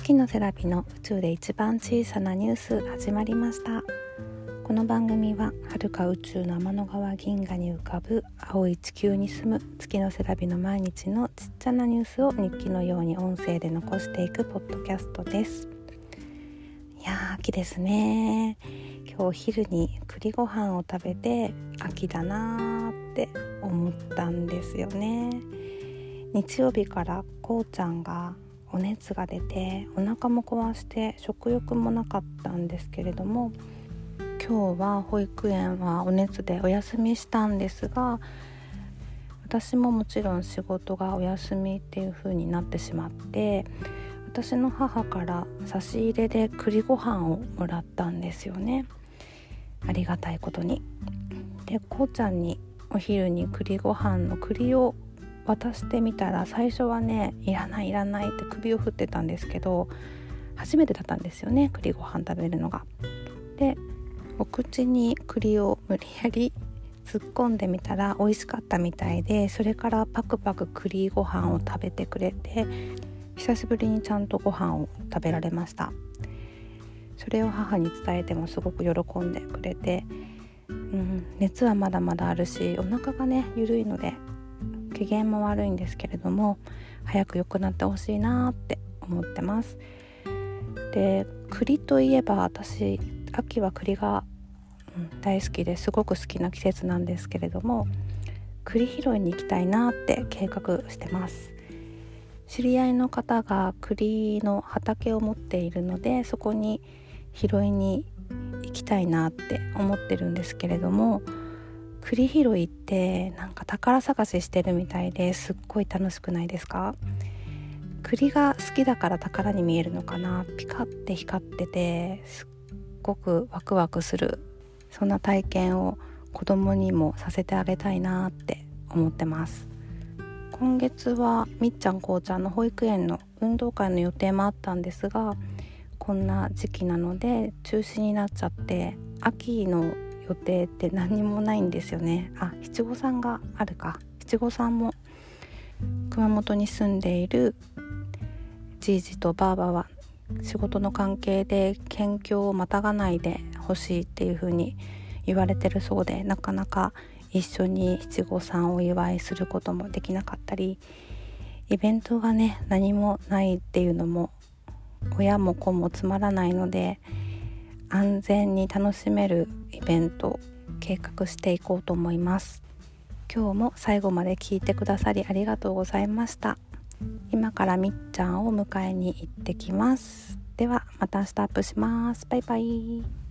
月のセラピの宇宙で一番小さなニュース始まりました。この番組は遥か宇宙の天の川銀河に浮かぶ青い地球に住む月のセラピの毎日のちっちゃなニュースを日記のように音声で残していくポッドキャストです。いやー、秋ですね。今日お昼に栗ご飯を食べて秋だなーって思ったんですよね。日曜日からこうちゃんがお熱が出てお腹も壊して食欲もなかったんですけれども、今日は保育園はお熱でお休みしたんですが、私ももちろん仕事がお休みっていう風になってしまって、私の母から差し入れで栗ご飯をもらったんですよね。ありがたいことに。で、こうちゃんにお昼に栗ご飯の栗を渡してみたら、最初はね、いらないって首を振ってたんですけど、初めてだったんですよね、栗ご飯食べるのが。で、お口に栗を無理やり突っ込んでみたら美味しかったみたいで、それからパクパク栗ご飯を食べてくれて、久しぶりにちゃんとご飯を食べられました。それを母に伝えてもすごく喜んでくれて、熱はまだまだあるし、お腹がね緩いので機嫌も悪いんですけれども、早く良くなってほしいなって思ってます。で、栗といえば私、秋は栗が、大好きですごく好きな季節なんですけれども、栗拾いに行きたいなって計画してます。知り合いの方が栗の畑を持っているので、そこに拾いに行きたいなって思ってるんですけれども、栗拾いってなんか宝探ししてるみたいですっごい楽しくないですか？栗が好きだから宝に見えるのかな。ピカって光っててすっごくワクワクする、そんな体験を子供にもさせてあげたいなって思ってます。今月はみっちゃんこうちゃんの保育園の運動会の予定もあったんですが、こんな時期なので中止になっちゃって、秋の予定って何もないんですよね。七五三があるか。七五三も熊本に住んでいるじいじとばあばは仕事の関係で県境をまたがないでほしいっていう風に言われてるそうで、なかなか一緒に七五三をお祝いすることもできなかったり、イベントがね何もないっていうのも親も子もつまらないので、安全に楽しめるイベントを計画していこうと思います。今日も最後まで聞いてくださりありがとうございました。今からみっちゃんを迎えに行ってきます。ではまた明日アップします。バイバイ。